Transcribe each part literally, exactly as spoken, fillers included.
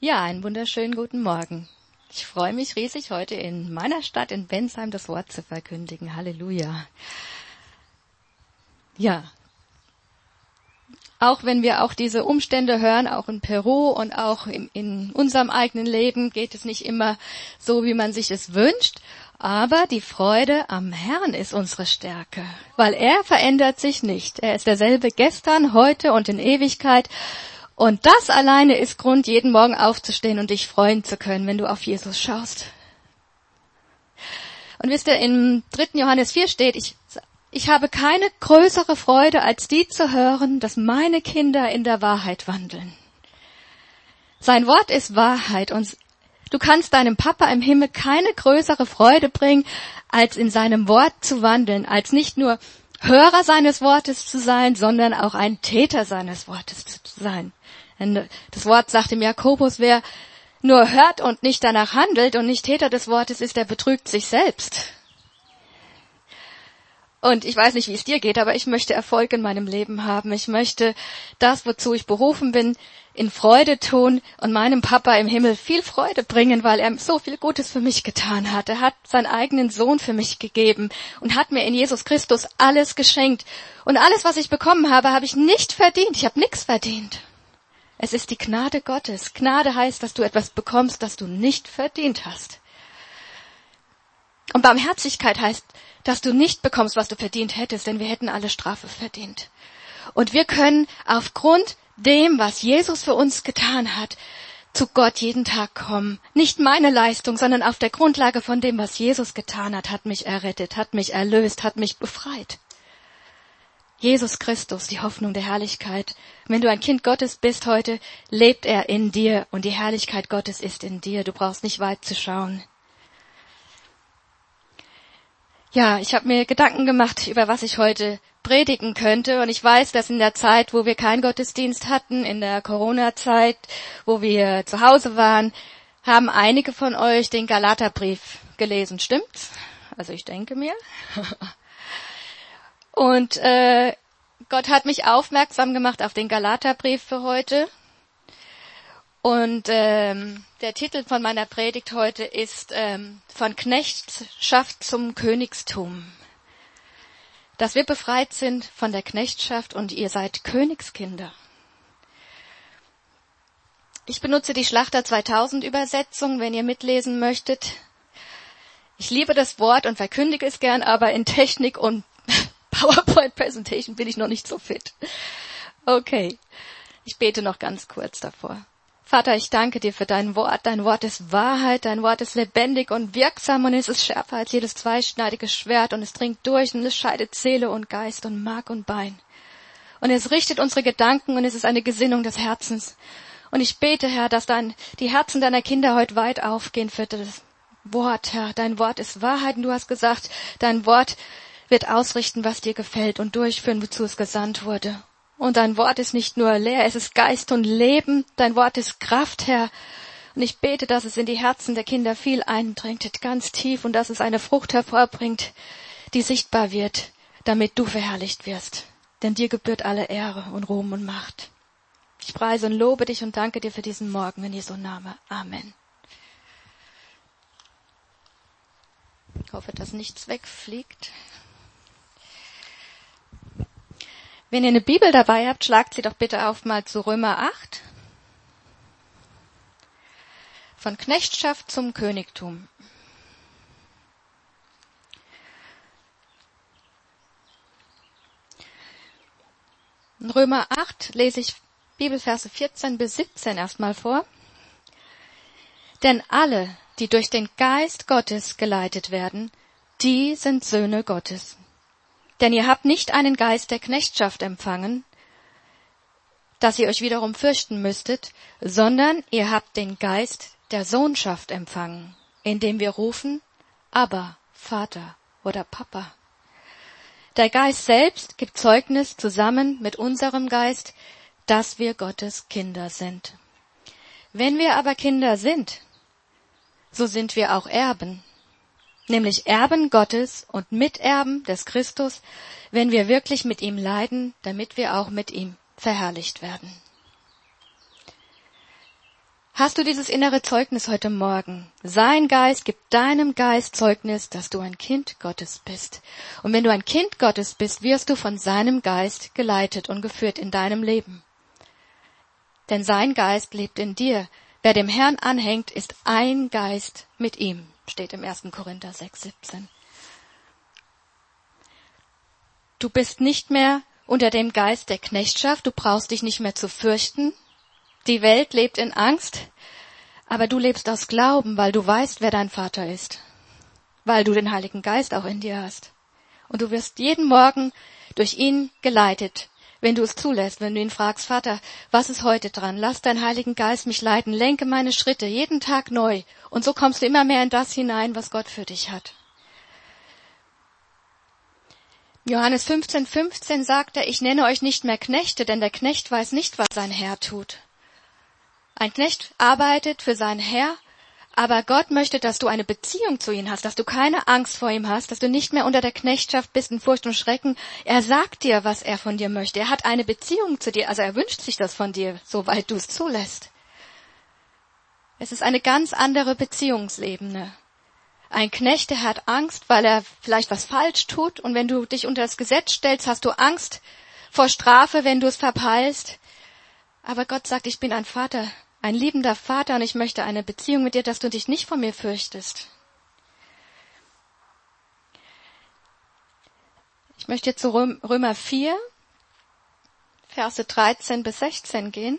Ja, einen wunderschönen guten Morgen. Ich freue mich riesig, heute in meiner Stadt in Bensheim das Wort zu verkündigen. Halleluja. Ja, auch wenn wir auch diese Umstände hören, auch in Peru und auch in, in unserem eigenen Leben, geht es nicht immer so, wie man sich es wünscht. Aber die Freude am Herrn ist unsere Stärke, weil er verändert sich nicht. Er ist derselbe gestern, heute und in Ewigkeit. Und das alleine ist Grund, jeden Morgen aufzustehen und dich freuen zu können, wenn du auf Jesus schaust. Und wisst ihr, im dritten Johannes vier steht, ich, ich habe keine größere Freude, als die zu hören, dass meine Kinder in der Wahrheit wandeln. Sein Wort ist Wahrheit und du kannst deinem Papa im Himmel keine größere Freude bringen, als in seinem Wort zu wandeln, als nicht nur Hörer seines Wortes zu sein, sondern auch ein Täter seines Wortes zu sein. Das Wort sagt im Jakobus, wer nur hört und nicht danach handelt und nicht Täter des Wortes ist, der betrügt sich selbst. Und ich weiß nicht, wie es dir geht, aber ich möchte Erfolg in meinem Leben haben. Ich möchte das, wozu ich berufen bin, in Freude tun und meinem Papa im Himmel viel Freude bringen, weil er so viel Gutes für mich getan hat. Er hat seinen eigenen Sohn für mich gegeben und hat mir in Jesus Christus alles geschenkt. Und alles, was ich bekommen habe, habe ich nicht verdient. Ich habe nichts verdient. Es ist die Gnade Gottes. Gnade heißt, dass du etwas bekommst, das du nicht verdient hast. Und Barmherzigkeit heißt, dass du nicht bekommst, was du verdient hättest, denn wir hätten alle Strafe verdient. Und wir können aufgrund dem, was Jesus für uns getan hat, zu Gott jeden Tag kommen. Nicht meine Leistung, sondern auf der Grundlage von dem, was Jesus getan hat, hat mich errettet, hat mich erlöst, hat mich befreit. Jesus Christus, die Hoffnung der Herrlichkeit. Wenn du ein Kind Gottes bist heute, lebt er in dir und die Herrlichkeit Gottes ist in dir. Du brauchst nicht weit zu schauen. Ja, ich habe mir Gedanken gemacht, über was ich heute predigen könnte. Und ich weiß, dass in der Zeit, wo wir keinen Gottesdienst hatten, in der Corona-Zeit, wo wir zu Hause waren, haben einige von euch den Galaterbrief gelesen. Stimmt's? Also ich denke mir. Und äh, Gott hat mich aufmerksam gemacht auf den Galaterbrief für heute. Und ähm, der Titel von meiner Predigt heute ist ähm, von Knechtschaft zum Königstum. Dass wir befreit sind von der Knechtschaft und ihr seid Königskinder. Ich benutze die Schlachter zweitausend Übersetzung, wenn ihr mitlesen möchtet. Ich liebe das Wort und verkündige es gern, aber in Technik und PowerPoint Presentation bin ich noch nicht so fit. Okay, ich bete noch ganz kurz davor. Vater, ich danke dir für dein Wort. Dein Wort ist Wahrheit, dein Wort ist lebendig und wirksam und es ist schärfer als jedes zweischneidige Schwert und es dringt durch und es scheidet Seele und Geist und Mark und Bein. Und es richtet unsere Gedanken und es ist eine Gesinnung des Herzens. Und ich bete, Herr, dass dein, die Herzen deiner Kinder heute weit aufgehen für das Wort, Herr. Dein Wort ist Wahrheit und du hast gesagt, dein Wort wird ausrichten, was dir gefällt und durchführen, wozu es gesandt wurde. Und dein Wort ist nicht nur leer, es ist Geist und Leben. Dein Wort ist Kraft, Herr. Und ich bete, dass es in die Herzen der Kinder viel eindringt, ganz tief, und dass es eine Frucht hervorbringt, die sichtbar wird, damit du verherrlicht wirst. Denn dir gebührt alle Ehre und Ruhm und Macht. Ich preise und lobe dich und danke dir für diesen Morgen in Jesu Namen. Amen. Ich hoffe, dass nichts wegfliegt. Wenn ihr eine Bibel dabei habt, schlagt sie doch bitte auf mal zu Römer acht. Von Knechtschaft zum Königtum. In Römer acht lese ich Bibelverse vierzehn bis siebzehn erstmal vor. Denn alle, die durch den Geist Gottes geleitet werden, die sind Söhne Gottes. Denn ihr habt nicht einen Geist der Knechtschaft empfangen, dass ihr euch wiederum fürchten müsstet, sondern ihr habt den Geist der Sohnschaft empfangen, indem wir rufen, Abba, Vater oder Papa. Der Geist selbst gibt Zeugnis zusammen mit unserem Geist, dass wir Gottes Kinder sind. Wenn wir aber Kinder sind, so sind wir auch Erben. Nämlich Erben Gottes und Miterben des Christus, wenn wir wirklich mit ihm leiden, damit wir auch mit ihm verherrlicht werden. Hast du dieses innere Zeugnis heute Morgen? Sein Geist gibt deinem Geist Zeugnis, dass du ein Kind Gottes bist. Und wenn du ein Kind Gottes bist, wirst du von seinem Geist geleitet und geführt in deinem Leben. Denn sein Geist lebt in dir. Wer dem Herrn anhängt, ist ein Geist mit ihm, steht im ersten Korinther sechs, siebzehn. Du bist nicht mehr unter dem Geist der Knechtschaft, du brauchst dich nicht mehr zu fürchten. Die Welt lebt in Angst, aber du lebst aus Glauben, weil du weißt, wer dein Vater ist, weil du den Heiligen Geist auch in dir hast. Und du wirst jeden Morgen durch ihn geleitet, wenn du es zulässt, wenn du ihn fragst, Vater, was ist heute dran? Lass deinen Heiligen Geist mich leiten, lenke meine Schritte jeden Tag neu. Und so kommst du immer mehr in das hinein, was Gott für dich hat. Johannes fünfzehn, fünfzehn sagt er, ich nenne euch nicht mehr Knechte, denn der Knecht weiß nicht, was sein Herr tut. Ein Knecht arbeitet für seinen Herr, aber Gott möchte, dass du eine Beziehung zu ihm hast, dass du keine Angst vor ihm hast, dass du nicht mehr unter der Knechtschaft bist in Furcht und Schrecken. Er sagt dir, was er von dir möchte. Er hat eine Beziehung zu dir, also er wünscht sich das von dir, soweit du es zulässt. Es ist eine ganz andere Beziehungsebene. Ein Knecht, der hat Angst, weil er vielleicht was falsch tut, und wenn du dich unter das Gesetz stellst, hast du Angst vor Strafe, wenn du es verpeilst. Aber Gott sagt, ich bin ein Vater, ein liebender Vater, und ich möchte eine Beziehung mit dir, dass du dich nicht vor mir fürchtest. Ich möchte jetzt zu Römer vier, Verse dreizehn bis sechzehn gehen.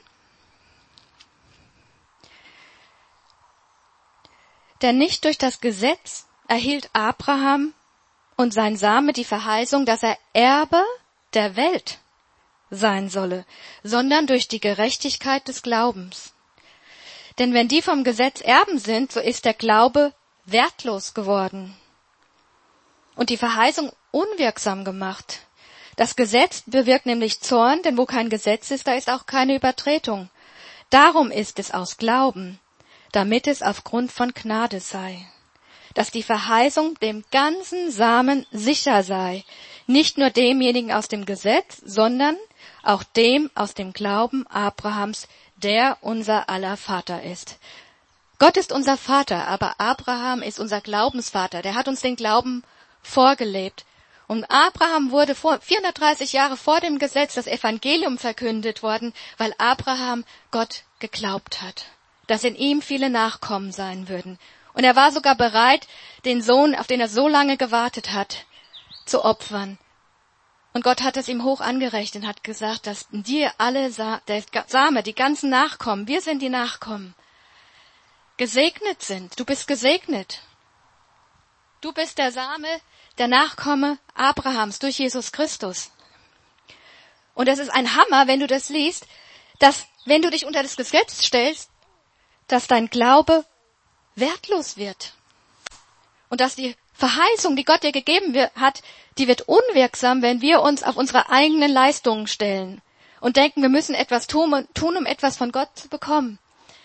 Denn nicht durch das Gesetz erhielt Abraham und sein Same die Verheißung, dass er Erbe der Welt sein solle, sondern durch die Gerechtigkeit des Glaubens. Denn wenn die vom Gesetz Erben sind, so ist der Glaube wertlos geworden und die Verheißung unwirksam gemacht. Das Gesetz bewirkt nämlich Zorn, denn wo kein Gesetz ist, da ist auch keine Übertretung. Darum ist es aus Glauben, damit es aufgrund von Gnade sei, dass die Verheißung dem ganzen Samen sicher sei, nicht nur demjenigen aus dem Gesetz, sondern auch dem aus dem Glauben Abrahams, der unser aller Vater ist. Gott ist unser Vater, aber Abraham ist unser Glaubensvater. Der hat uns den Glauben vorgelebt. Und Abraham wurde vor vierhundertdreißig Jahre vor dem Gesetz das Evangelium verkündet worden, weil Abraham Gott geglaubt hat, dass in ihm viele Nachkommen sein würden. Und er war sogar bereit, den Sohn, auf den er so lange gewartet hat, zu opfern. Und Gott hat es ihm hoch angerechnet und hat gesagt, dass in dir alle, Sa- der Same, die ganzen Nachkommen, wir sind die Nachkommen, gesegnet sind. Du bist gesegnet. Du bist der Same, der Nachkomme Abrahams durch Jesus Christus. Und es ist ein Hammer, wenn du das liest, dass, wenn du dich unter das Gesetz stellst, dass dein Glaube wertlos wird. Und dass die Verheißung, die Gott dir gegeben hat, die wird unwirksam, wenn wir uns auf unsere eigenen Leistungen stellen und denken, wir müssen etwas tun, tun, um etwas von Gott zu bekommen.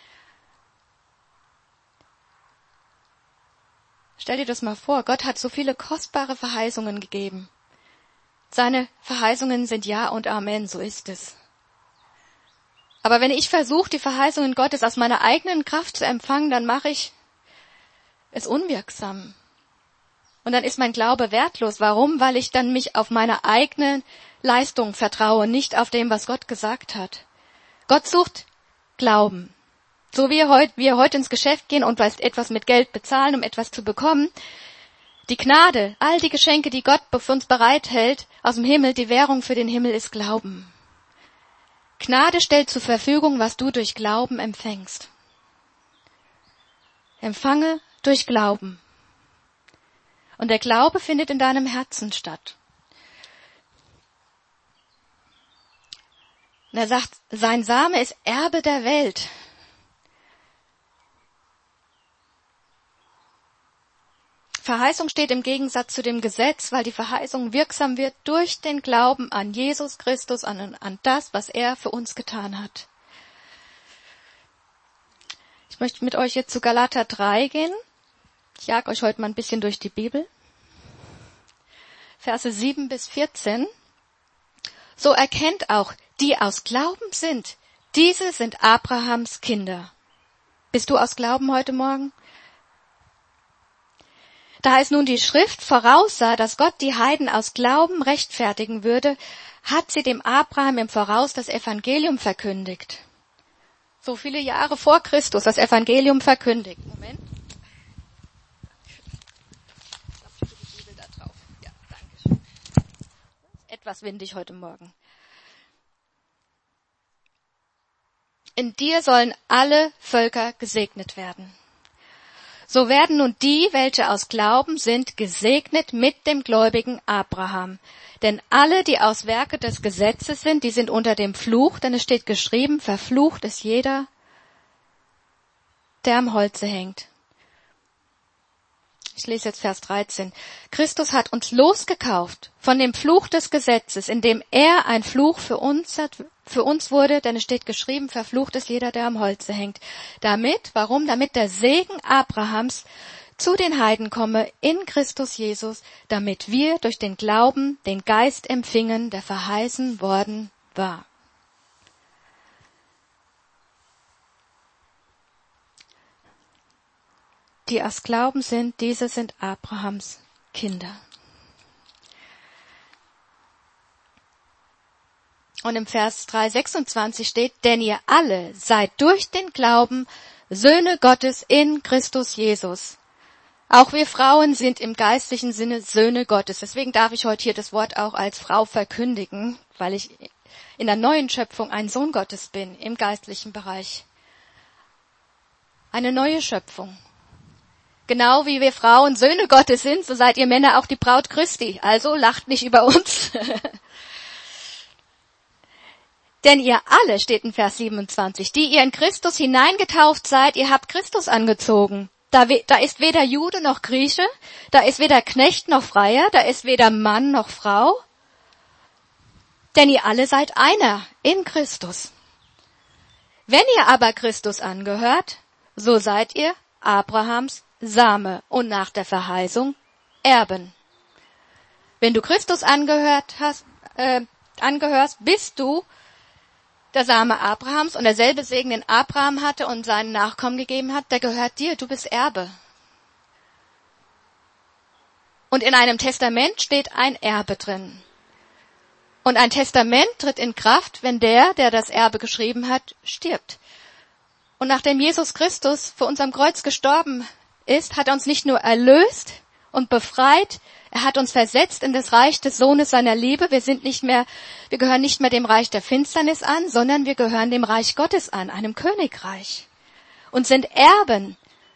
Stell dir das mal vor, Gott hat so viele kostbare Verheißungen gegeben. Seine Verheißungen sind Ja und Amen, so ist es. Aber wenn ich versuche, die Verheißungen Gottes aus meiner eigenen Kraft zu empfangen, dann mache ich es unwirksam. Und dann ist mein Glaube wertlos. Warum? Weil ich dann mich auf meine eigene Leistung vertraue, nicht auf dem, was Gott gesagt hat. Gott sucht Glauben. So wie wir heute, wir heute ins Geschäft gehen und etwas mit Geld bezahlen, um etwas zu bekommen. Die Gnade, all die Geschenke, die Gott für uns bereithält, aus dem Himmel, die Währung für den Himmel ist Glauben. Gnade stellt zur Verfügung, was du durch Glauben empfängst. Empfange durch Glauben. Und der Glaube findet in deinem Herzen statt. Und er sagt, sein Same ist Erbe der Welt. Verheißung steht im Gegensatz zu dem Gesetz, weil die Verheißung wirksam wird durch den Glauben an Jesus Christus, an, an das, was er für uns getan hat. Ich möchte mit euch jetzt zu Galater drei gehen. Ich jag euch heute mal ein bisschen durch die Bibel. Verse sieben bis vierzehn. So erkennt auch, die aus Glauben sind, diese sind Abrahams Kinder. Bist du aus Glauben heute Morgen? Da es nun die Schrift voraussah, dass Gott die Heiden aus Glauben rechtfertigen würde, hat sie dem Abraham im Voraus das Evangelium verkündigt. So viele Jahre vor Christus das Evangelium verkündigt. Moment. Die Bibel da drauf. Ja, danke schön. Etwas windig heute Morgen. In dir sollen alle Völker gesegnet werden. So werden nun die, welche aus Glauben sind, gesegnet mit dem gläubigen Abraham. Denn alle, die aus Werke des Gesetzes sind, die sind unter dem Fluch, denn es steht geschrieben, verflucht ist jeder, der am Holze hängt. Ich lese jetzt Vers dreizehn. Christus hat uns losgekauft von dem Fluch des Gesetzes, indem er ein Fluch für uns hat, für uns wurde, denn es steht geschrieben, verflucht ist jeder, der am Holze hängt. Damit, warum? Damit der Segen Abrahams zu den Heiden komme in Christus Jesus, damit wir durch den Glauben den Geist empfingen, der verheißen worden war. Die aus Glauben sind, diese sind Abrahams Kinder. Und im Vers drei sechsundzwanzig steht, denn ihr alle seid durch den Glauben Söhne Gottes in Christus Jesus. Auch wir Frauen sind im geistlichen Sinne Söhne Gottes. Deswegen darf ich heute hier das Wort auch als Frau verkündigen, weil ich in der neuen Schöpfung ein Sohn Gottes bin, im geistlichen Bereich. Eine neue Schöpfung. Genau wie wir Frauen Söhne Gottes sind, so seid ihr Männer auch die Braut Christi. Also lacht nicht über uns. Denn ihr alle, steht in Vers siebenundzwanzig, die ihr in Christus hineingetauft seid, ihr habt Christus angezogen. Da, we- da ist weder Jude noch Grieche, da ist weder Knecht noch Freier, da ist weder Mann noch Frau. Denn ihr alle seid einer in Christus. Wenn ihr aber Christus angehört, so seid ihr Abrahams Same und nach der Verheißung Erben. Wenn du Christus angehört hast, äh, angehörst, bist du der Same Abrahams und derselbe Segen, den Abraham hatte und seinen Nachkommen gegeben hat, der gehört dir, du bist Erbe. Und in einem Testament steht ein Erbe drin. Und ein Testament tritt in Kraft, wenn der, der das Erbe geschrieben hat, stirbt. Und nachdem Jesus Christus für uns am Kreuz gestorben ist, hat er uns nicht nur erlöst und befreit, er hat uns versetzt in das Reich des Sohnes seiner Liebe. Wir sind nicht mehr, wir gehören nicht mehr dem Reich der Finsternis an, sondern wir gehören dem Reich Gottes an, einem Königreich. Und sind Erben.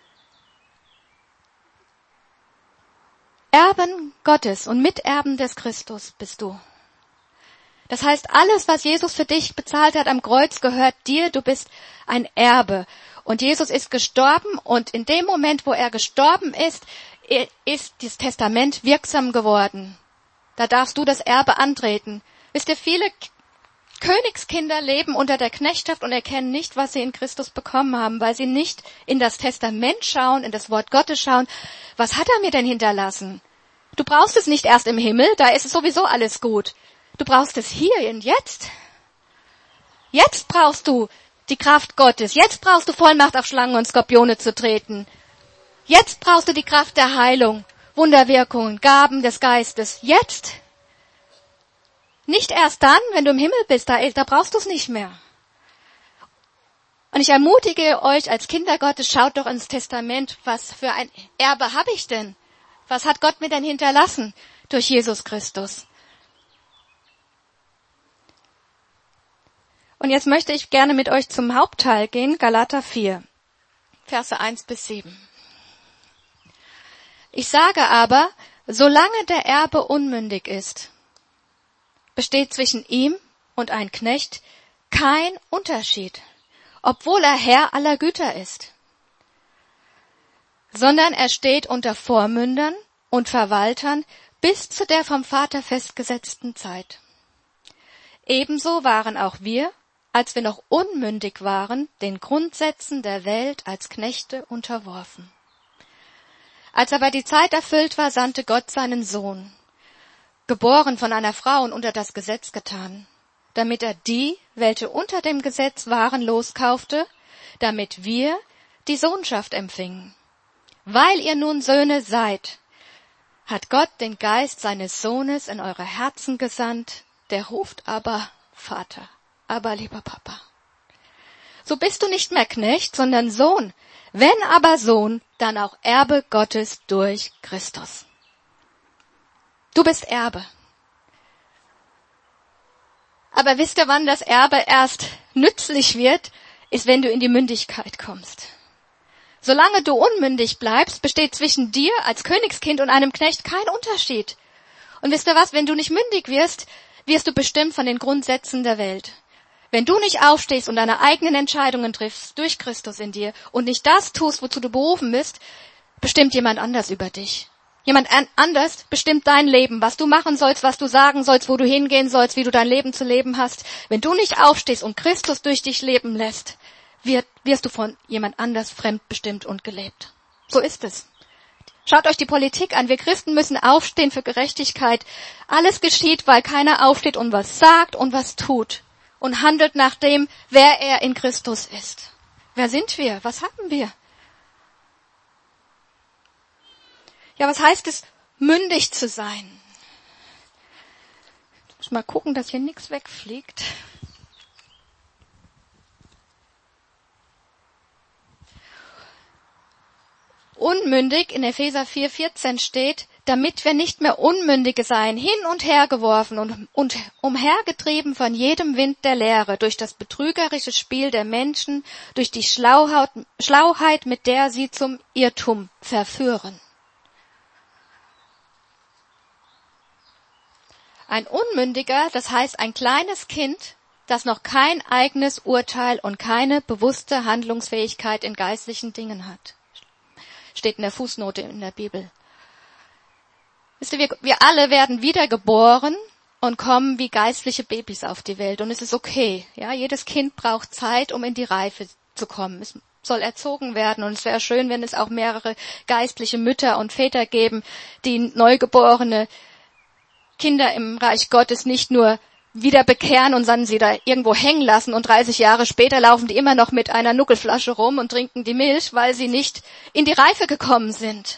Erben Gottes und Miterben des Christus bist du. Das heißt, alles, was Jesus für dich bezahlt hat am Kreuz, gehört dir. Du bist ein Erbe. Und Jesus ist gestorben und in dem Moment, wo er gestorben ist, ist das Testament wirksam geworden. Da darfst du das Erbe antreten. Wisst ihr, viele Königskinder leben unter der Knechtschaft und erkennen nicht, was sie in Christus bekommen haben, weil sie nicht in das Testament schauen, in das Wort Gottes schauen. Was hat er mir denn hinterlassen? Du brauchst es nicht erst im Himmel, da ist es sowieso alles gut. Du brauchst es hier und jetzt. Jetzt brauchst du die Kraft Gottes. Jetzt brauchst du Vollmacht, auf Schlangen und Skorpione zu treten. Jetzt brauchst du die Kraft der Heilung, Wunderwirkungen, Gaben des Geistes. Jetzt. Nicht erst dann, wenn du im Himmel bist, da, da brauchst du es nicht mehr. Und ich ermutige euch als Kinder Gottes, schaut doch ins Testament, was für ein Erbe habe ich denn? Was hat Gott mir denn hinterlassen durch Jesus Christus? Und jetzt möchte ich gerne mit euch zum Hauptteil gehen, Galater vier, Verse eins bis sieben. Ich sage aber, solange der Erbe unmündig ist, besteht zwischen ihm und ein Knecht kein Unterschied, obwohl er Herr aller Güter ist, sondern er steht unter Vormündern und Verwaltern bis zu der vom Vater festgesetzten Zeit. Ebenso waren auch wir, als wir noch unmündig waren, den Grundsätzen der Welt als Knechte unterworfen. Als aber die Zeit erfüllt war, sandte Gott seinen Sohn, geboren von einer Frau und unter das Gesetz getan, damit er die, welche unter dem Gesetz waren, loskaufte, damit wir, die Sohnschaft empfingen. Weil ihr nun Söhne seid, hat Gott den Geist seines Sohnes in eure Herzen gesandt, der ruft aber Vater, aber lieber Papa. So bist du nicht mehr Knecht, sondern Sohn. Wenn aber Sohn, dann auch Erbe Gottes durch Christus. Du bist Erbe. Aber wisst ihr, wann das Erbe erst nützlich wird, ist, wenn du in die Mündigkeit kommst. Solange du unmündig bleibst, besteht zwischen dir als Königskind und einem Knecht kein Unterschied. Und wisst ihr was, wenn du nicht mündig wirst, wirst du bestimmt von den Grundsätzen der Welt. Wenn du nicht aufstehst und deine eigenen Entscheidungen triffst durch Christus in dir und nicht das tust, wozu du berufen bist, bestimmt jemand anders über dich. Jemand anders bestimmt dein Leben, was du machen sollst, was du sagen sollst, wo du hingehen sollst, wie du dein Leben zu leben hast. Wenn du nicht aufstehst und Christus durch dich leben lässt, wird, wirst du von jemand anders fremdbestimmt und gelebt. So ist es. Schaut euch die Politik an. Wir Christen müssen aufstehen für Gerechtigkeit. Alles geschieht, weil keiner aufsteht und was sagt und was tut und handelt nach dem, wer er in Christus ist. Wer sind wir? Was haben wir? Ja, was heißt es, mündig zu sein? Ich muss mal gucken, dass hier nichts wegfliegt. Unmündig in Epheser vier vierzehn steht, damit wir nicht mehr Unmündige seien, hin und her geworfen und, und umhergetrieben von jedem Wind der Lehre, durch das betrügerische Spiel der Menschen, durch die Schlauheit, Schlauheit, mit der sie zum Irrtum verführen. Ein Unmündiger, das heißt ein kleines Kind, das noch kein eigenes Urteil und keine bewusste Handlungsfähigkeit in geistlichen Dingen hat. Steht in der Fußnote in der Bibel. Wisst ihr, wir, wir alle werden wiedergeboren und kommen wie geistliche Babys auf die Welt. Und es ist okay. Ja, jedes Kind braucht Zeit, um in die Reife zu kommen. Es soll erzogen werden. Und es wäre schön, wenn es auch mehrere geistliche Mütter und Väter geben, die neugeborene Kinder im Reich Gottes nicht nur wieder bekehren und dann sie da irgendwo hängen lassen und dreißig Jahre später laufen die immer noch mit einer Nuckelflasche rum und trinken die Milch, weil sie nicht in die Reife gekommen sind.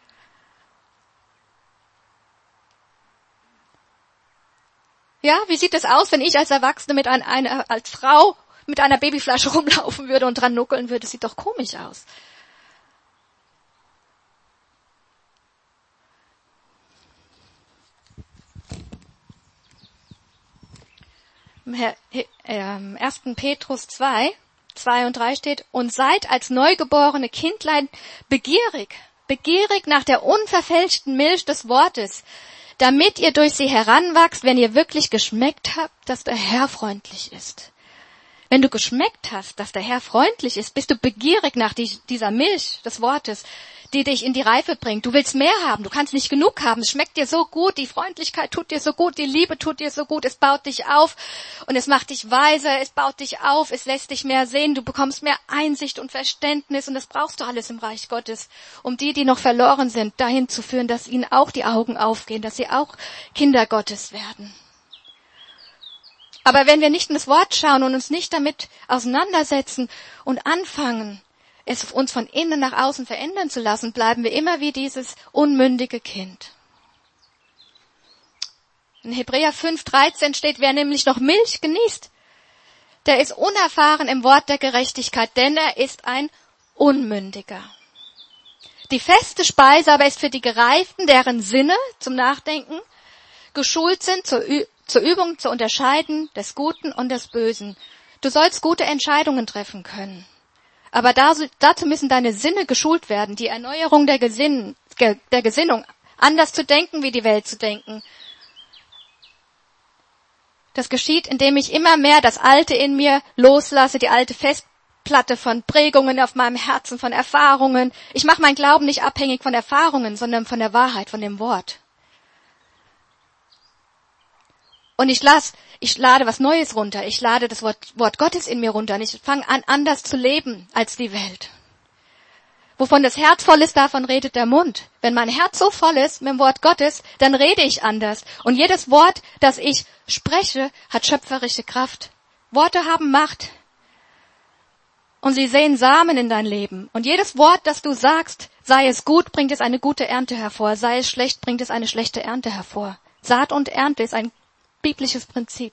Ja, wie sieht es aus, wenn ich als Erwachsene mit einer, einer als Frau mit einer Babyflasche rumlaufen würde und dran nuckeln würde? Das sieht doch komisch aus. Im ersten Petrus zwei, zwei und drei steht, und seid als neugeborene Kindlein begierig, begierig nach der unverfälschten Milch des Wortes, damit ihr durch sie heranwachst, wenn ihr wirklich geschmeckt habt, dass der Herr freundlich ist. Wenn du geschmeckt hast, dass der Herr freundlich ist, bist du begierig nach die, dieser Milch des Wortes, die dich in die Reife bringt. Du willst mehr haben, du kannst nicht genug haben. Es schmeckt dir so gut, die Freundlichkeit tut dir so gut, die Liebe tut dir so gut, es baut dich auf und es macht dich weiser, es baut dich auf, es lässt dich mehr sehen, du bekommst mehr Einsicht und Verständnis und das brauchst du alles im Reich Gottes, um die, die noch verloren sind, dahin zu führen, dass ihnen auch die Augen aufgehen, dass sie auch Kinder Gottes werden. Aber wenn wir nicht in das Wort schauen und uns nicht damit auseinandersetzen und anfangen, es uns von innen nach außen verändern zu lassen, bleiben wir immer wie dieses unmündige Kind. In Hebräer fünf dreizehn steht, wer nämlich noch Milch genießt, der ist unerfahren im Wort der Gerechtigkeit, denn er ist ein Unmündiger. Die feste Speise aber ist für die Gereiften, deren Sinne zum Nachdenken geschult sind, zur, Ü- zur Übung zu unterscheiden des Guten und des Bösen. Du sollst gute Entscheidungen treffen können. Aber dazu müssen deine Sinne geschult werden, die Erneuerung der, Gesinn, der Gesinnung, anders zu denken, wie die Welt zu denken. Das geschieht, indem ich immer mehr das Alte in mir loslasse, die alte Festplatte von Prägungen auf meinem Herzen, von Erfahrungen. Ich mache meinen Glauben nicht abhängig von Erfahrungen, sondern von der Wahrheit, von dem Wort. Und ich lass, ich lade was Neues runter. Ich lade das Wort, Wort Gottes in mir runter. Und ich fange an, anders zu leben als die Welt. Wovon das Herz voll ist, davon redet der Mund. Wenn mein Herz so voll ist mit dem Wort Gottes, dann rede ich anders. Und jedes Wort, das ich spreche, hat schöpferische Kraft. Worte haben Macht. Und sie sehen Samen in dein Leben. Und jedes Wort, das du sagst, sei es gut, bringt es eine gute Ernte hervor. Sei es schlecht, bringt es eine schlechte Ernte hervor. Saat und Ernte ist ein biblisches Prinzip.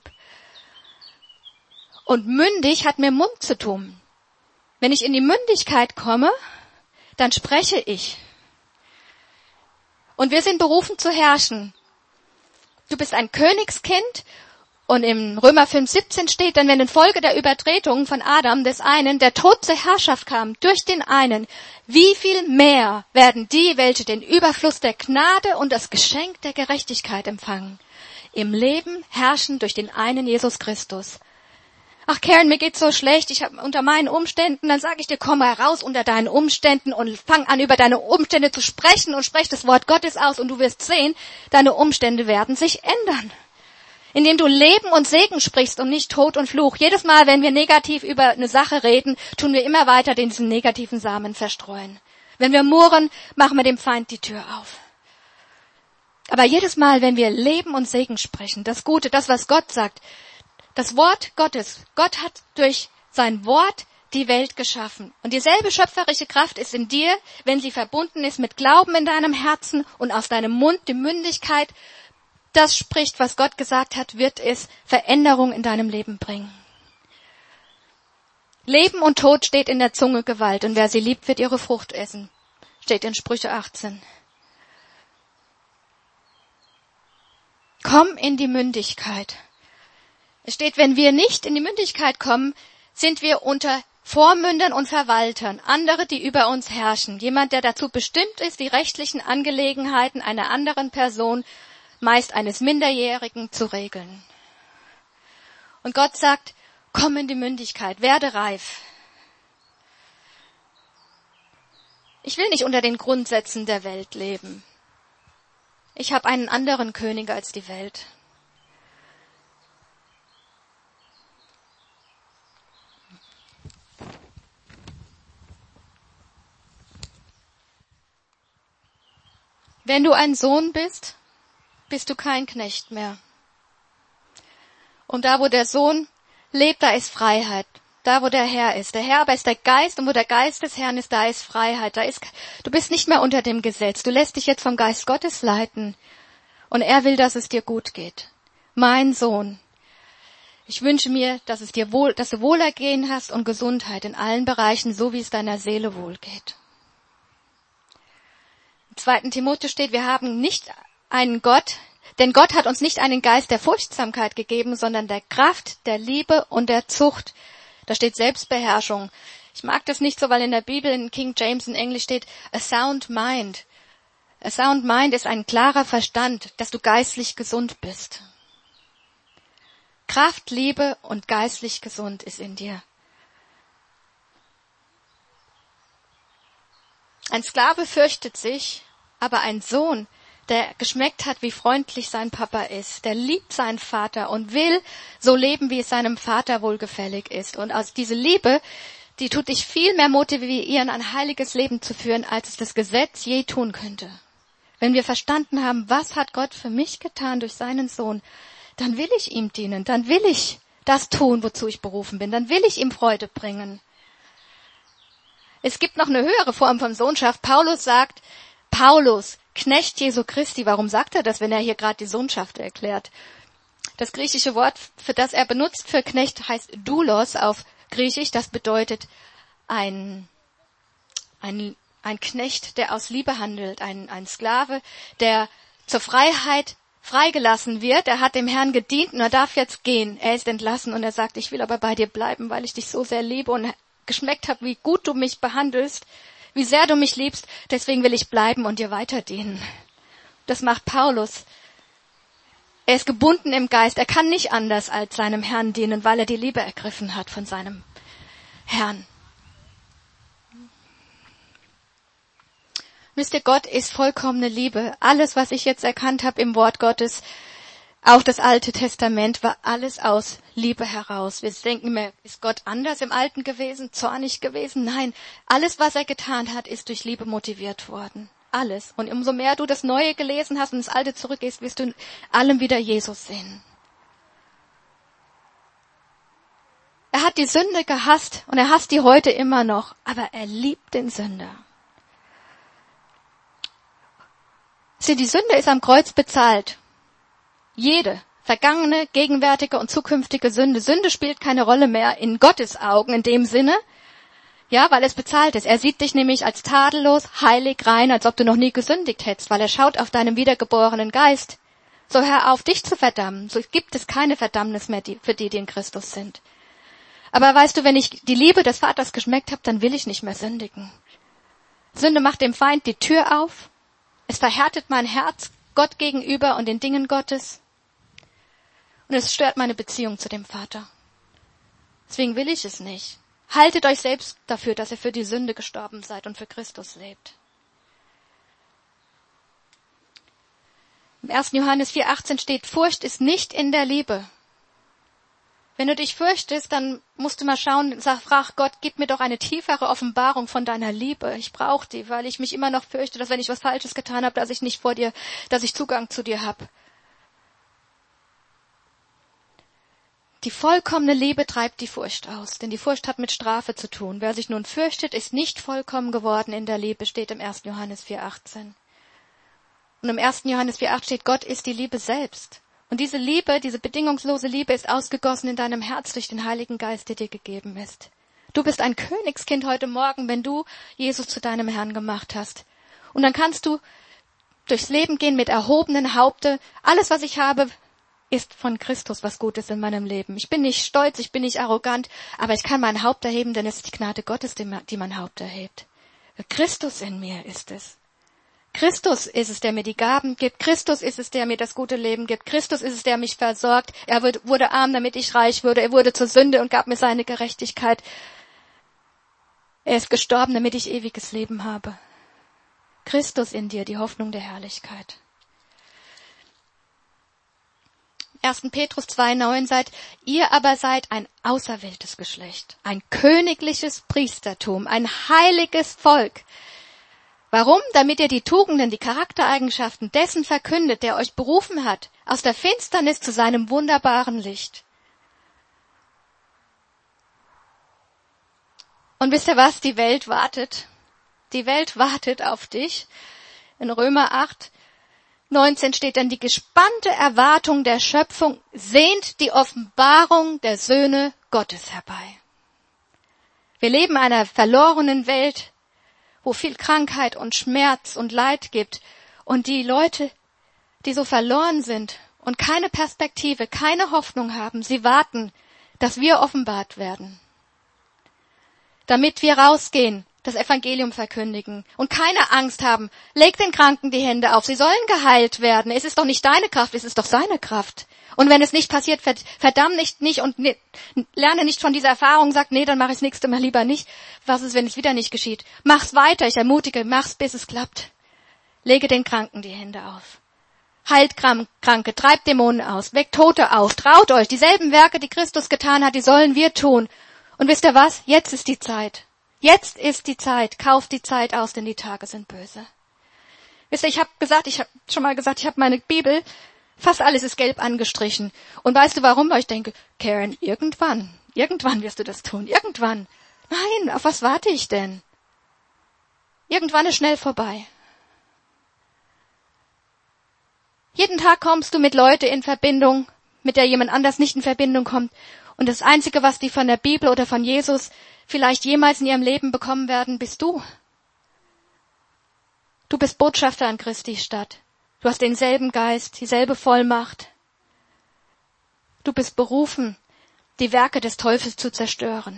Und mündig hat mit Mund zu tun. Wenn ich in die Mündigkeit komme, dann spreche ich. Und wir sind berufen zu herrschen. Du bist ein Königskind. Und im Römer fünf siebzehn steht dann, wenn infolge der Übertretung von Adam des einen der Tod zur Herrschaft kam durch den einen, wie viel mehr werden die, welche den Überfluss der Gnade und das Geschenk der Gerechtigkeit empfangen, im Leben herrschen durch den einen Jesus Christus. Ach Karen, mir geht's so schlecht, ich habe unter meinen Umständen, dann sage ich dir, komm heraus unter deinen Umständen und fang an, über deine Umstände zu sprechen und sprech das Wort Gottes aus und du wirst sehen, deine Umstände werden sich ändern. Indem du Leben und Segen sprichst und nicht Tod und Fluch. Jedes Mal, wenn wir negativ über eine Sache reden, tun wir immer weiter diesen negativen Samen verstreuen. Wenn wir murren, machen wir dem Feind die Tür auf. Aber jedes Mal, wenn wir Leben und Segen sprechen, das Gute, das, was Gott sagt, das Wort Gottes, Gott hat durch sein Wort die Welt geschaffen. Und dieselbe schöpferische Kraft ist in dir, wenn sie verbunden ist mit Glauben in deinem Herzen und aus deinem Mund die Mündigkeit, das spricht, was Gott gesagt hat, wird es Veränderung in deinem Leben bringen. Leben und Tod steht in der Zunge Gewalt und wer sie liebt, wird ihre Frucht essen. Steht in Sprüche achtzehn. Komm in die Mündigkeit. Es steht, wenn wir nicht in die Mündigkeit kommen, sind wir unter Vormündern und Verwaltern, andere, die über uns herrschen. Jemand, der dazu bestimmt ist, die rechtlichen Angelegenheiten einer anderen Person, meist eines Minderjährigen, zu regeln. Und Gott sagt, komm in die Mündigkeit, werde reif. Ich will nicht unter den Grundsätzen der Welt leben. Ich habe einen anderen König als die Welt. Wenn du ein Sohn bist, bist du kein Knecht mehr. Und da, wo der Sohn lebt, da ist Freiheit. Da, wo der Herr ist. Der Herr aber ist der Geist und wo der Geist des Herrn ist, da ist Freiheit. Da ist, du bist nicht mehr unter dem Gesetz. Du lässt dich jetzt vom Geist Gottes leiten. Und er will, dass es dir gut geht. Mein Sohn, ich wünsche mir, dass es dir wohl, dass du Wohlergehen hast und Gesundheit in allen Bereichen, so wie es deiner Seele wohl geht. Im zweiten Timotheus steht, wir haben nicht einen Gott, denn Gott hat uns nicht einen Geist der Furchtsamkeit gegeben, sondern der Kraft, der Liebe und der Zucht. Da steht Selbstbeherrschung. Ich mag das nicht so, weil in der Bibel in King James in Englisch steht, a sound mind. A sound mind ist ein klarer Verstand, dass du geistlich gesund bist. Kraft, Liebe und geistlich gesund ist in dir. Ein Sklave fürchtet sich, aber ein Sohn, der geschmeckt hat, wie freundlich sein Papa ist, der liebt seinen Vater und will so leben, wie es seinem Vater wohlgefällig ist. Und aus dieser Liebe, die tut dich viel mehr motivieren, ein heiliges Leben zu führen, als es das Gesetz je tun könnte. Wenn wir verstanden haben, was hat Gott für mich getan durch seinen Sohn, dann will ich ihm dienen, dann will ich das tun, wozu ich berufen bin, dann will ich ihm Freude bringen. Es gibt noch eine höhere Form von Sohnschaft. Paulus sagt, Paulus, Knecht Jesu Christi. Warum sagt er das, wenn er hier gerade die Sohnschaft erklärt? Das griechische Wort, für das er benutzt für Knecht, heißt Doulos auf Griechisch. Das bedeutet ein, ein, ein Knecht, der aus Liebe handelt, ein, ein Sklave, der zur Freiheit freigelassen wird. Er hat dem Herrn gedient und er darf jetzt gehen. Er ist entlassen und er sagt, ich will aber bei dir bleiben, weil ich dich so sehr liebe und geschmeckt habe, wie gut du mich behandelst, wie sehr du mich liebst, deswegen will ich bleiben und dir weiter dienen. Das macht Paulus. Er ist gebunden im Geist. Er kann nicht anders als seinem Herrn dienen, weil er die Liebe ergriffen hat von seinem Herrn. Wisst ihr, Gott ist vollkommene Liebe. Alles, was ich jetzt erkannt habe im Wort Gottes, auch das Alte Testament, war alles aus Liebe heraus. Wir denken immer, ist Gott anders im Alten gewesen, zornig gewesen? Nein, alles, was er getan hat, ist durch Liebe motiviert worden. Alles. Und umso mehr du das Neue gelesen hast und das Alte zurückgehst, wirst du in allem wieder Jesus sehen. Er hat die Sünde gehasst und er hasst die heute immer noch, aber er liebt den Sünder. Sieh, die Sünde ist am Kreuz bezahlt. Jede vergangene, gegenwärtige und zukünftige Sünde. Sünde spielt keine Rolle mehr in Gottes Augen in dem Sinne, ja, weil es bezahlt ist. Er sieht dich nämlich als tadellos, heilig, rein, als ob du noch nie gesündigt hättest, weil er schaut auf deinen wiedergeborenen Geist. So hör auf, dich zu verdammen. So gibt es keine Verdammnis mehr für die, die in Christus sind. Aber weißt du, wenn ich die Liebe des Vaters geschmeckt habe, dann will ich nicht mehr sündigen. Sünde macht dem Feind die Tür auf. Es verhärtet mein Herz Gott gegenüber und den Dingen Gottes. Und es stört meine Beziehung zu dem Vater. Deswegen will ich es nicht. Haltet euch selbst dafür, dass ihr für die Sünde gestorben seid und für Christus lebt. Im ersten Johannes vier achtzehn steht, Furcht ist nicht in der Liebe. Wenn du dich fürchtest, dann musst du mal schauen, sag, frag Gott, gib mir doch eine tiefere Offenbarung von deiner Liebe. Ich brauche die, weil ich mich immer noch fürchte, dass wenn ich was Falsches getan habe, dass ich nicht vor dir, dass ich Zugang zu dir habe. Die vollkommene Liebe treibt die Furcht aus, denn die Furcht hat mit Strafe zu tun. Wer sich nun fürchtet, ist nicht vollkommen geworden in der Liebe, steht im ersten Johannes vier achtzehn. Und im ersten Johannes vier acht steht, Gott ist die Liebe selbst. Und diese Liebe, diese bedingungslose Liebe ist ausgegossen in deinem Herz durch den Heiligen Geist, der dir gegeben ist. Du bist ein Königskind heute Morgen, wenn du Jesus zu deinem Herrn gemacht hast. Und dann kannst du durchs Leben gehen mit erhobenen Haupte. Alles, was ich habe, ist von Christus was Gutes in meinem Leben. Ich bin nicht stolz, ich bin nicht arrogant, aber ich kann mein Haupt erheben, denn es ist die Gnade Gottes, die mein Haupt erhebt. Christus in mir ist es. Christus ist es, der mir die Gaben gibt. Christus ist es, der mir das gute Leben gibt. Christus ist es, der mich versorgt. Er wurde arm, damit ich reich würde. Er wurde zur Sünde und gab mir seine Gerechtigkeit. Er ist gestorben, damit ich ewiges Leben habe. Christus in dir, die Hoffnung der Herrlichkeit. ersten Petrus zwei neun seid, ihr aber seid ein auserwähltes Geschlecht, ein königliches Priestertum, ein heiliges Volk. Warum? Damit ihr die Tugenden, die Charaktereigenschaften dessen verkündet, der euch berufen hat, aus der Finsternis zu seinem wunderbaren Licht. Und wisst ihr was? Die Welt wartet. Die Welt wartet auf dich. In Römer acht neunzehn steht dann, die gespannte Erwartung der Schöpfung sehnt die Offenbarung der Söhne Gottes herbei. Wir leben in einer verlorenen Welt, wo viel Krankheit und Schmerz und Leid gibt. Und die Leute, die so verloren sind und keine Perspektive, keine Hoffnung haben, sie warten, dass wir offenbart werden. Damit wir rausgehen, das Evangelium verkündigen und keine Angst haben. Leg den Kranken die Hände auf, sie sollen geheilt werden. Es ist doch nicht deine Kraft, es ist doch seine Kraft. Und wenn es nicht passiert, verdamm nicht, nicht und ne, lerne nicht von dieser Erfahrung, sag, nee, dann mach ich das nächste Mal lieber nicht. Was ist, wenn es wieder nicht geschieht? Mach's weiter, ich ermutige, mach's, bis es klappt. Lege den Kranken die Hände auf. Heilt Kranke, treibt Dämonen aus, weckt Tote auf, traut euch. Dieselben Werke, die Christus getan hat, die sollen wir tun. Und wisst ihr was? Jetzt ist die Zeit. Jetzt ist die Zeit. Kauft die Zeit aus, denn die Tage sind böse. Wisst ihr, ich habe gesagt, ich habe schon mal gesagt, ich habe meine Bibel, fast alles ist gelb angestrichen. Und weißt du warum? Weil ich denke, Karen, irgendwann, irgendwann wirst du das tun. Irgendwann. Nein, auf was warte ich denn? Irgendwann ist schnell vorbei. Jeden Tag kommst du mit Leuten in Verbindung, mit der jemand anders nicht in Verbindung kommt. Und das Einzige, was die von der Bibel oder von Jesus vielleicht jemals in ihrem Leben bekommen werden, bist du. Du bist Botschafter an Christi Stadt. Du hast denselben Geist, dieselbe Vollmacht. Du bist berufen, die Werke des Teufels zu zerstören.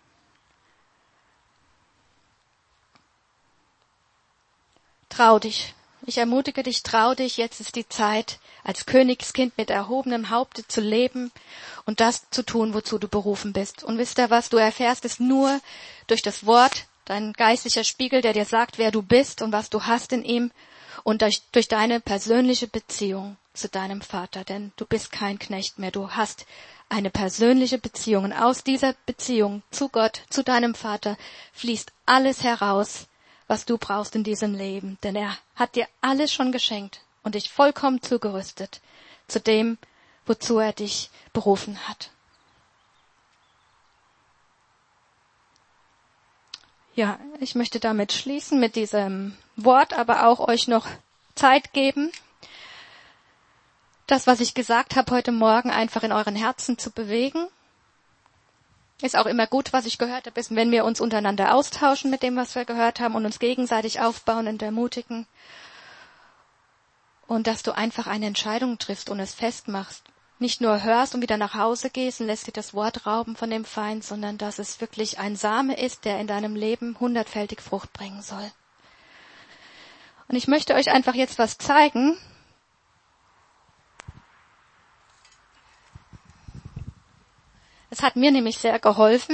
Trau dich. Ich ermutige dich, trau dich, jetzt ist die Zeit, als Königskind mit erhobenem Haupte zu leben und das zu tun, wozu du berufen bist. Und wisst ihr was, du erfährst es nur durch das Wort, dein geistlicher Spiegel, der dir sagt, wer du bist und was du hast in ihm und durch, durch deine persönliche Beziehung zu deinem Vater. Denn du bist kein Knecht mehr, du hast eine persönliche Beziehung. Und aus dieser Beziehung zu Gott, zu deinem Vater, fließt alles heraus, was du brauchst in diesem Leben. Denn er hat dir alles schon geschenkt und dich vollkommen zugerüstet zu dem, wozu er dich berufen hat. Ja, ich möchte damit schließen, mit diesem Wort, aber auch euch noch Zeit geben, das, was ich gesagt habe heute Morgen, einfach in euren Herzen zu bewegen. Ist auch immer gut, was ich gehört habe, ist, wenn wir uns untereinander austauschen mit dem, was wir gehört haben und uns gegenseitig aufbauen und ermutigen. Und dass du einfach eine Entscheidung triffst und es festmachst. Nicht nur hörst und wieder nach Hause gehst und lässt dir das Wort rauben von dem Feind, sondern dass es wirklich ein Same ist, der in deinem Leben hundertfältig Frucht bringen soll. Und ich möchte euch einfach jetzt was zeigen. Es hat mir nämlich sehr geholfen.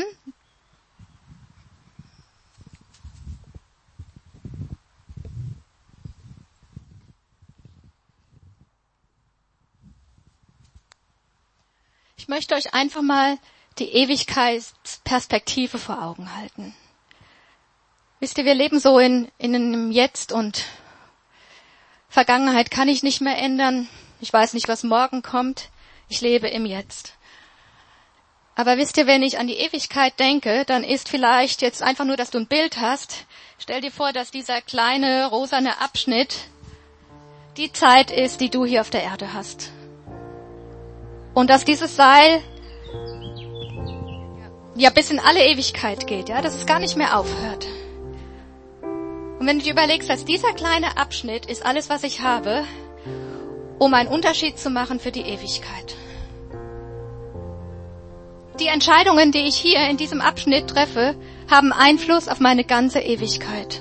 Ich möchte euch einfach mal die Ewigkeitsperspektive vor Augen halten. Wisst ihr, wir leben so in, in einem Jetzt und Vergangenheit kann ich nicht mehr ändern. Ich weiß nicht, was morgen kommt. Ich lebe im Jetzt. Aber wisst ihr, wenn ich an die Ewigkeit denke, dann ist vielleicht jetzt einfach nur, dass du ein Bild hast. Stell dir vor, dass dieser kleine rosane Abschnitt die Zeit ist, die du hier auf der Erde hast. Und dass dieses Seil ja bis in alle Ewigkeit geht, ja, dass es gar nicht mehr aufhört. Und wenn du dir überlegst, dass dieser kleine Abschnitt ist alles, was ich habe, um einen Unterschied zu machen für die Ewigkeit. Die Entscheidungen, die ich hier in diesem Abschnitt treffe, haben Einfluss auf meine ganze Ewigkeit.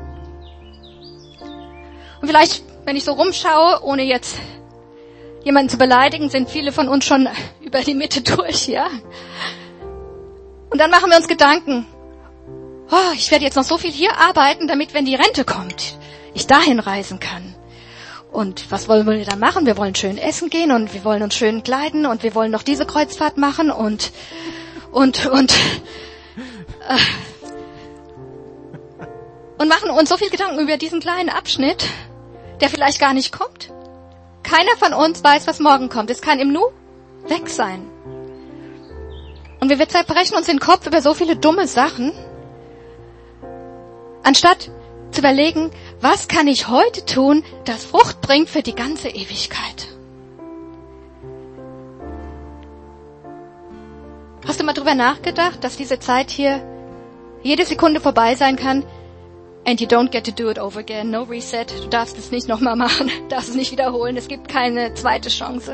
Und vielleicht, wenn ich so rumschaue, ohne jetzt jemanden zu beleidigen, sind viele von uns schon über die Mitte durch, ja. Und dann machen wir uns Gedanken, oh, ich werde jetzt noch so viel hier arbeiten, damit, wenn die Rente kommt, ich dahin reisen kann. Und was wollen wir da machen? Wir wollen schön essen gehen und wir wollen uns schön kleiden und wir wollen noch diese Kreuzfahrt machen und, und, und, äh, und machen uns so viel Gedanken über diesen kleinen Abschnitt, der vielleicht gar nicht kommt. Keiner von uns weiß, was morgen kommt. Es kann im Nu weg sein. Und wir zerbrechen uns den Kopf über so viele dumme Sachen, anstatt zu überlegen, was kann ich heute tun, das Frucht bringt für die ganze Ewigkeit. Hast du mal drüber nachgedacht, dass diese Zeit hier jede Sekunde vorbei sein kann? And you don't get to do it over again. No reset. Du darfst es nicht nochmal machen, darfst es nicht wiederholen. Es gibt keine zweite Chance.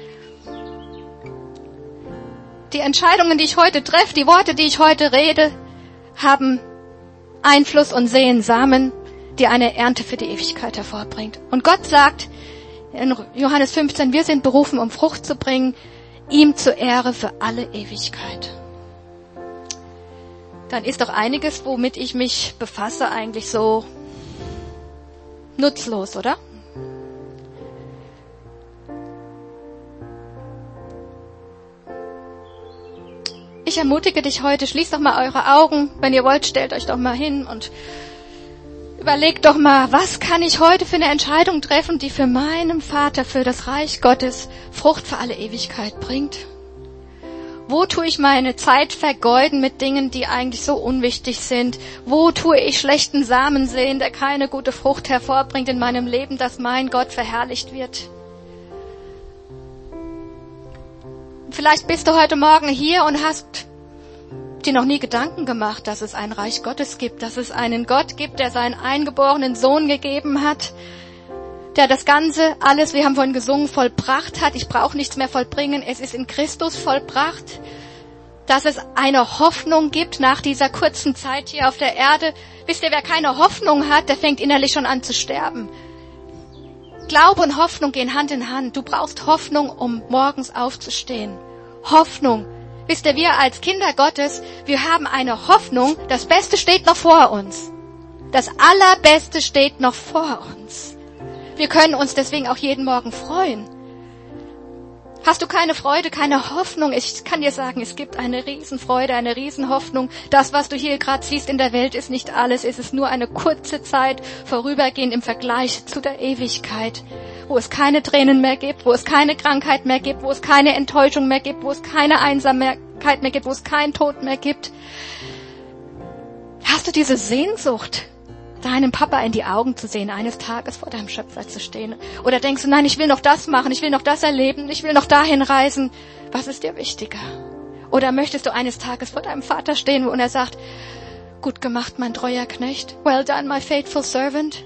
Die Entscheidungen, die ich heute treffe, die Worte, die ich heute rede, haben Einfluss und säen Samen, die eine Ernte für die Ewigkeit hervorbringt. Und Gott sagt in Johannes fünfzehn, wir sind berufen, um Frucht zu bringen, ihm zur Ehre für alle Ewigkeit. Dann ist doch einiges, womit ich mich befasse, eigentlich so nutzlos, oder? Ich ermutige dich heute, schließt doch mal eure Augen. Wenn ihr wollt, stellt euch doch mal hin und überlegt doch mal, was kann ich heute für eine Entscheidung treffen, die für meinen Vater, für das Reich Gottes Frucht für alle Ewigkeit bringt? Wo tue ich meine Zeit vergeuden mit Dingen, die eigentlich so unwichtig sind? Wo tue ich schlechten Samen säen, der keine gute Frucht hervorbringt in meinem Leben, dass mein Gott verherrlicht wird? Vielleicht bist du heute Morgen hier und hast dir noch nie Gedanken gemacht, dass es ein Reich Gottes gibt, dass es einen Gott gibt, der seinen eingeborenen Sohn gegeben hat, der das Ganze, alles, wir haben vorhin gesungen, vollbracht hat. Ich brauche nichts mehr vollbringen, es ist in Christus vollbracht. Dass es eine Hoffnung gibt nach dieser kurzen Zeit hier auf der Erde. Wisst ihr, wer keine Hoffnung hat, der fängt innerlich schon an zu sterben. Glaube und Hoffnung gehen Hand in Hand. Du brauchst Hoffnung, um morgens aufzustehen. Hoffnung. Wisst ihr, wir als Kinder Gottes, wir haben eine Hoffnung, das Beste steht noch vor uns. Das Allerbeste steht noch vor uns. Wir können uns deswegen auch jeden Morgen freuen. Hast du keine Freude, keine Hoffnung? Ich kann dir sagen, es gibt eine Riesenfreude, eine Riesenhoffnung. Das, was du hier gerade siehst in der Welt, ist nicht alles. Es ist nur eine kurze Zeit vorübergehend im Vergleich zu der Ewigkeit, wo es keine Tränen mehr gibt, wo es keine Krankheit mehr gibt, wo es keine Enttäuschung mehr gibt, wo es keine Einsamkeit mehr gibt, wo es keinen Tod mehr gibt. Hast du diese Sehnsucht, deinem Papa in die Augen zu sehen, eines Tages vor deinem Schöpfer zu stehen? Oder denkst du, nein, ich will noch das machen, ich will noch das erleben, ich will noch dahin reisen. Was ist dir wichtiger? Oder möchtest du eines Tages vor deinem Vater stehen und er sagt, gut gemacht, mein treuer Knecht. Well done, my faithful servant.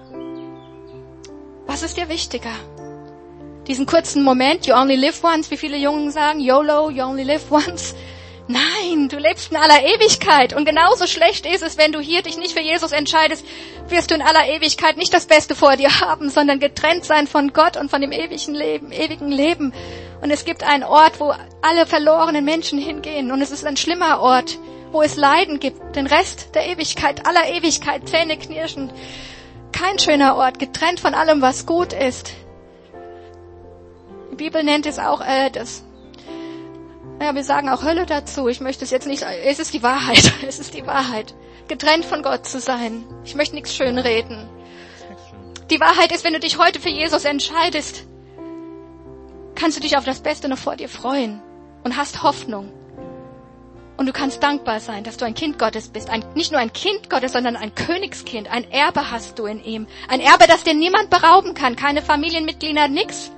Was ist dir wichtiger? Diesen kurzen Moment, you only live once, wie viele Jungen sagen, YOLO, you only live once. Nein, du lebst in aller Ewigkeit. Und genauso schlecht ist es, wenn du hier dich nicht für Jesus entscheidest, wirst du in aller Ewigkeit nicht das Beste vor dir haben, sondern getrennt sein von Gott und von dem ewigen Leben, ewigen Leben. Und es gibt einen Ort, wo alle verlorenen Menschen hingehen. Und es ist ein schlimmer Ort, wo es Leiden gibt. Den Rest der Ewigkeit, aller Ewigkeit, Zähne knirschend. Kein schöner Ort, getrennt von allem, was gut ist. Die Bibel nennt es auch äh, das. Ja, wir sagen auch Hölle dazu. Ich möchte es jetzt nicht, es ist die Wahrheit. Es ist die Wahrheit. Getrennt von Gott zu sein. Ich möchte nichts schönreden. Die Wahrheit ist, wenn du dich heute für Jesus entscheidest, kannst du dich auf das Beste noch vor dir freuen und hast Hoffnung. Und du kannst dankbar sein, dass du ein Kind Gottes bist. Ein, nicht nur ein Kind Gottes, sondern ein Königskind. Ein Erbe hast du in ihm. Ein Erbe, das dir niemand berauben kann. Keine Familienmitglieder, nix.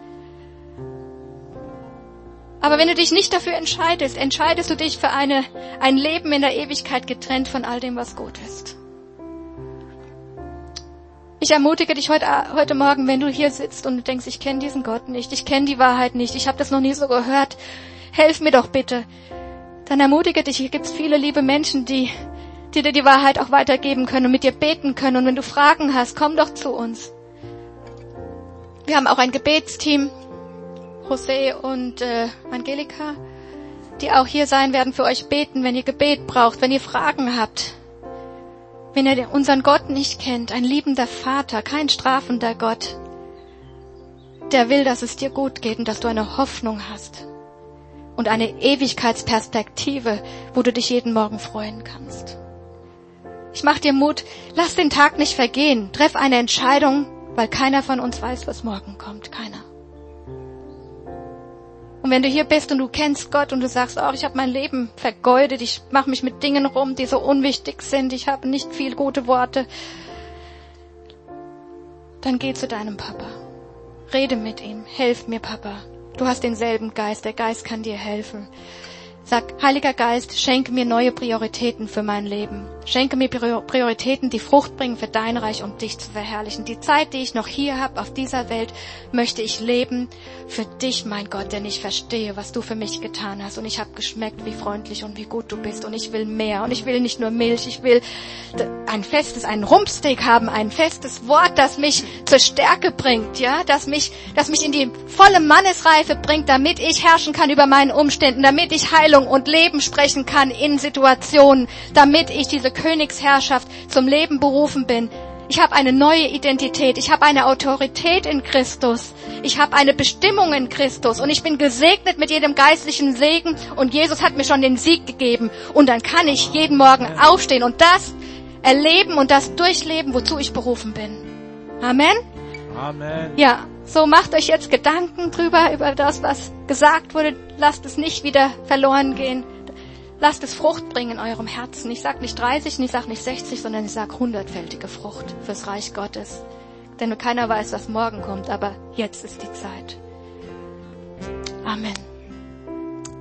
Aber wenn du dich nicht dafür entscheidest, entscheidest du dich für eine, ein Leben in der Ewigkeit getrennt von all dem, was gut ist. Ich ermutige dich heute, heute Morgen, wenn du hier sitzt und du denkst, ich kenne diesen Gott nicht, ich kenne die Wahrheit nicht, ich habe das noch nie so gehört, helf mir doch bitte. Dann ermutige dich, hier gibt's viele liebe Menschen, die, die dir die Wahrheit auch weitergeben können und mit dir beten können. Und wenn du Fragen hast, komm doch zu uns. Wir haben auch ein Gebetsteam, José und äh, Angelika, die auch hier sein werden, für euch beten, wenn ihr Gebet braucht, wenn ihr Fragen habt. Wenn ihr unseren Gott nicht kennt, ein liebender Vater, kein strafender Gott, der will, dass es dir gut geht und dass du eine Hoffnung hast und eine Ewigkeitsperspektive, wo du dich jeden Morgen freuen kannst. Ich mach dir Mut, lass den Tag nicht vergehen, treff eine Entscheidung, weil keiner von uns weiß, was morgen kommt, keiner. Und wenn du hier bist und du kennst Gott und du sagst, oh, ich habe mein Leben vergeudet, ich mache mich mit Dingen rum, die so unwichtig sind, ich habe nicht viel gute Worte, dann geh zu deinem Papa. Rede mit ihm, helf mir, Papa. Du hast denselben Geist, der Geist kann dir helfen. Sag, Heiliger Geist, schenke mir neue Prioritäten für mein Leben. Schenke mir Prioritäten, die Frucht bringen für dein Reich, um dich zu verherrlichen. Die Zeit, die ich noch hier habe auf dieser Welt, möchte ich leben für dich, mein Gott, denn ich verstehe, was du für mich getan hast. Und ich habe geschmeckt, wie freundlich und wie gut du bist. Und ich will mehr. Und ich will nicht nur Milch, ich will ein festes, ein Rumpsteak haben, ein festes Wort, das mich zur Stärke bringt, ja, das mich, das mich in die volle Mannesreife bringt, damit ich herrschen kann über meinen Umständen, damit ich Heilung und Leben sprechen kann in Situationen, damit ich diese Königsherrschaft zum Leben berufen bin. Ich habe eine neue Identität, ich habe eine Autorität in Christus, ich habe eine Bestimmung in Christus und ich bin gesegnet mit jedem geistlichen Segen und Jesus hat mir schon den Sieg gegeben und dann kann ich jeden Morgen aufstehen und das erleben und das durchleben, wozu ich berufen bin. Amen? Amen. Ja, so macht euch jetzt Gedanken drüber, über das, was gesagt wurde. Lasst es nicht wieder verloren gehen. Lasst es Frucht bringen in eurem Herzen. Ich sag nicht dreißig, ich sag nicht sechzig, sondern ich sag hundertfältige Frucht fürs Reich Gottes. Denn keiner weiß, was morgen kommt, aber jetzt ist die Zeit. Amen.